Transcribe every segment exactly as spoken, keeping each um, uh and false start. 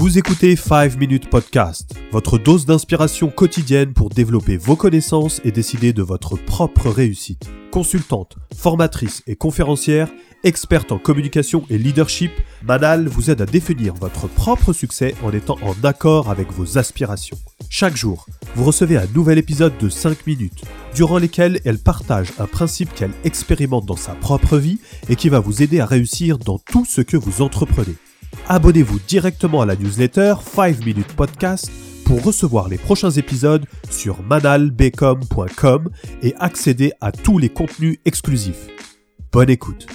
Vous écoutez five minute Podcast, votre dose d'inspiration quotidienne pour développer vos connaissances et décider de votre propre réussite. Consultante, formatrice et conférencière, experte en communication et leadership, Manal vous aide à définir votre propre succès en étant en accord avec vos aspirations. Chaque jour, vous recevez un nouvel épisode de cinq minutes, durant lesquels elle partage un principe qu'elle expérimente dans sa propre vie et qui va vous aider à réussir dans tout ce que vous entreprenez. Abonnez-vous directement à la newsletter five minute Podcast pour recevoir les prochains épisodes sur manal b com point com et accéder à tous les contenus exclusifs. Bonne écoute.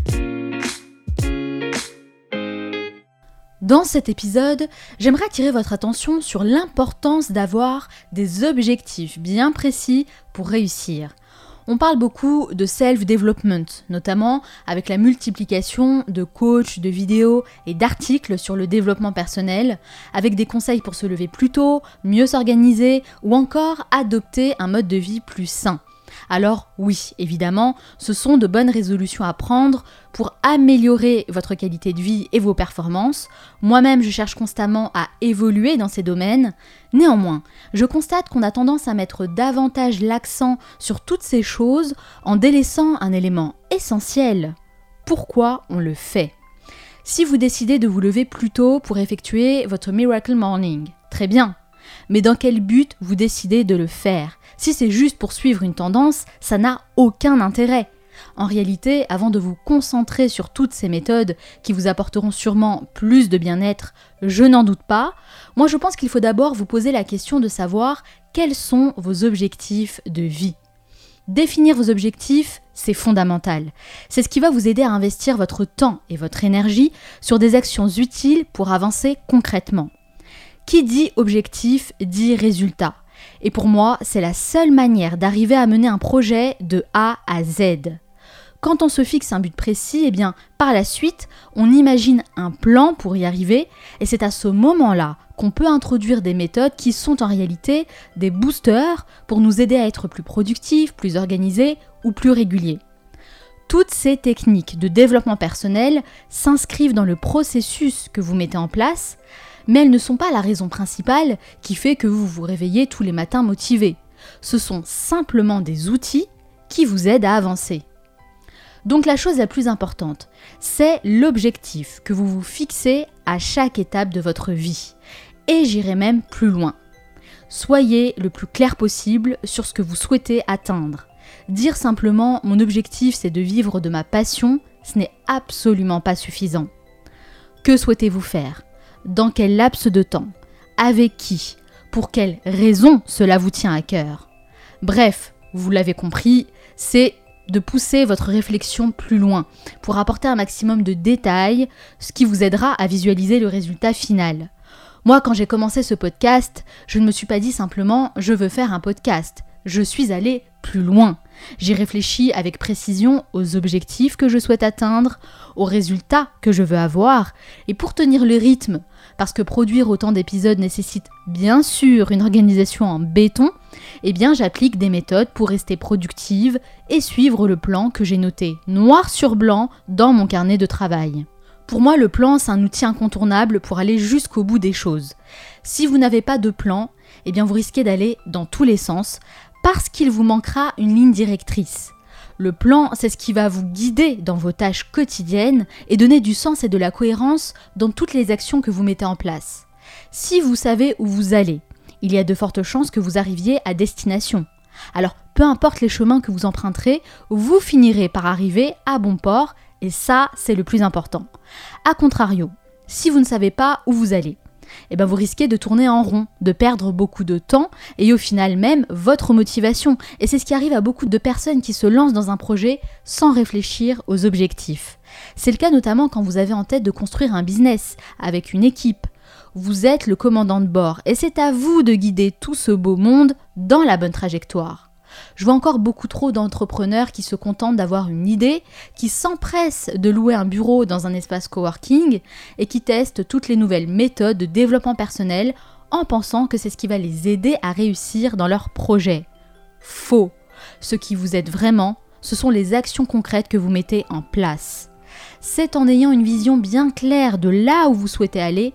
Dans cet épisode, j'aimerais attirer votre attention sur l'importance d'avoir des objectifs bien précis pour réussir. On parle beaucoup de self-development, notamment avec la multiplication de coachs, de vidéos et d'articles sur le développement personnel, avec des conseils pour se lever plus tôt, mieux s'organiser ou encore adopter un mode de vie plus sain. Alors oui, évidemment, ce sont de bonnes résolutions à prendre pour améliorer votre qualité de vie et vos performances. Moi-même, je cherche constamment à évoluer dans ces domaines. Néanmoins, je constate qu'on a tendance à mettre davantage l'accent sur toutes ces choses en délaissant un élément essentiel. Pourquoi on le fait ? Si vous décidez de vous lever plus tôt pour effectuer votre Miracle Morning, très bien. Mais dans quel but vous décidez de le faire ? Si c'est juste pour suivre une tendance, ça n'a aucun intérêt. En réalité, avant de vous concentrer sur toutes ces méthodes qui vous apporteront sûrement plus de bien-être, je n'en doute pas, moi je pense qu'il faut d'abord vous poser la question de savoir quels sont vos objectifs de vie. Définir vos objectifs, c'est fondamental. C'est ce qui va vous aider à investir votre temps et votre énergie sur des actions utiles pour avancer concrètement. Qui dit objectif dit résultat. Et pour moi, c'est la seule manière d'arriver à mener un projet de A à Z. Quand on se fixe un but précis, eh bien, par la suite, on imagine un plan pour y arriver et c'est à ce moment-là qu'on peut introduire des méthodes qui sont en réalité des boosters pour nous aider à être plus productifs, plus organisés ou plus réguliers. Toutes ces techniques de développement personnel s'inscrivent dans le processus que vous mettez en place, mais elles ne sont pas la raison principale qui fait que vous vous réveillez tous les matins motivés. Ce sont simplement des outils qui vous aident à avancer. Donc la chose la plus importante, c'est l'objectif que vous vous fixez à chaque étape de votre vie. Et j'irai même plus loin. Soyez le plus clair possible sur ce que vous souhaitez atteindre. Dire simplement « mon objectif c'est de vivre de ma passion », ce n'est absolument pas suffisant. Que souhaitez-vous faire ? Dans quel laps de temps ? Avec qui ? Pour quelles raisons cela vous tient à cœur ? Bref, vous l'avez compris, c'est de pousser votre réflexion plus loin pour apporter un maximum de détails, ce qui vous aidera à visualiser le résultat final. Moi, quand j'ai commencé ce podcast, je ne me suis pas dit simplement « je veux faire un podcast ». Je suis allée plus loin. J'ai réfléchi avec précision aux objectifs que je souhaite atteindre, aux résultats que je veux avoir, et pour tenir le rythme, parce que produire autant d'épisodes nécessite bien sûr une organisation en béton, eh bien j'applique des méthodes pour rester productive et suivre le plan que j'ai noté noir sur blanc dans mon carnet de travail. Pour moi, le plan, c'est un outil incontournable pour aller jusqu'au bout des choses. Si vous n'avez pas de plan, eh bien vous risquez d'aller dans tous les sens, parce qu'il vous manquera une ligne directrice. Le plan, c'est ce qui va vous guider dans vos tâches quotidiennes et donner du sens et de la cohérence dans toutes les actions que vous mettez en place. Si vous savez où vous allez, il y a de fortes chances que vous arriviez à destination. Alors, peu importe les chemins que vous emprunterez, vous finirez par arriver à bon port et ça, c'est le plus important. A contrario, si vous ne savez pas où vous allez, eh ben vous risquez de tourner en rond, de perdre beaucoup de temps et au final même votre motivation. Et c'est ce qui arrive à beaucoup de personnes qui se lancent dans un projet sans réfléchir aux objectifs. C'est le cas notamment quand vous avez en tête de construire un business avec une équipe. Vous êtes le commandant de bord et c'est à vous de guider tout ce beau monde dans la bonne trajectoire. Je vois encore beaucoup trop d'entrepreneurs qui se contentent d'avoir une idée, qui s'empressent de louer un bureau dans un espace coworking et qui testent toutes les nouvelles méthodes de développement personnel en pensant que c'est ce qui va les aider à réussir dans leur projet. Faux. Ce qui vous aide vraiment, ce sont les actions concrètes que vous mettez en place. C'est en ayant une vision bien claire de là où vous souhaitez aller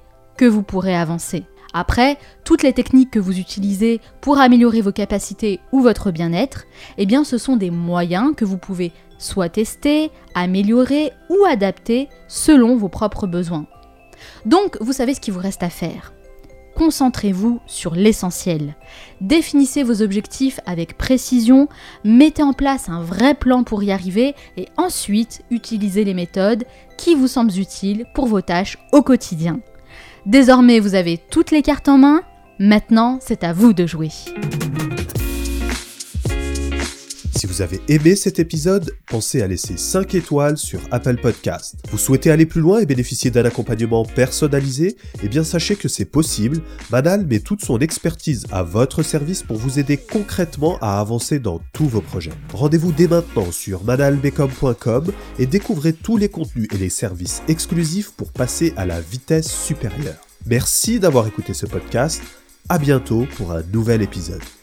que vous pourrez avancer. Après, toutes les techniques que vous utilisez pour améliorer vos capacités ou votre bien-être, eh bien ce sont des moyens que vous pouvez soit tester, améliorer ou adapter selon vos propres besoins. Donc, vous savez ce qu'il vous reste à faire. Concentrez-vous sur l'essentiel. Définissez vos objectifs avec précision, mettez en place un vrai plan pour y arriver et ensuite utilisez les méthodes qui vous semblent utiles pour vos tâches au quotidien. Désormais, vous avez toutes les cartes en main, maintenant c'est à vous de jouer. Si vous avez aimé cet épisode, pensez à laisser cinq étoiles sur Apple Podcast. Vous souhaitez aller plus loin et bénéficier d'un accompagnement personnalisé ? Eh bien sachez que c'est possible. Manal met toute son expertise à votre service pour vous aider concrètement à avancer dans tous vos projets. Rendez-vous dès maintenant sur manal becom point com et découvrez tous les contenus et les services exclusifs pour passer à la vitesse supérieure. Merci d'avoir écouté ce podcast. À bientôt pour un nouvel épisode.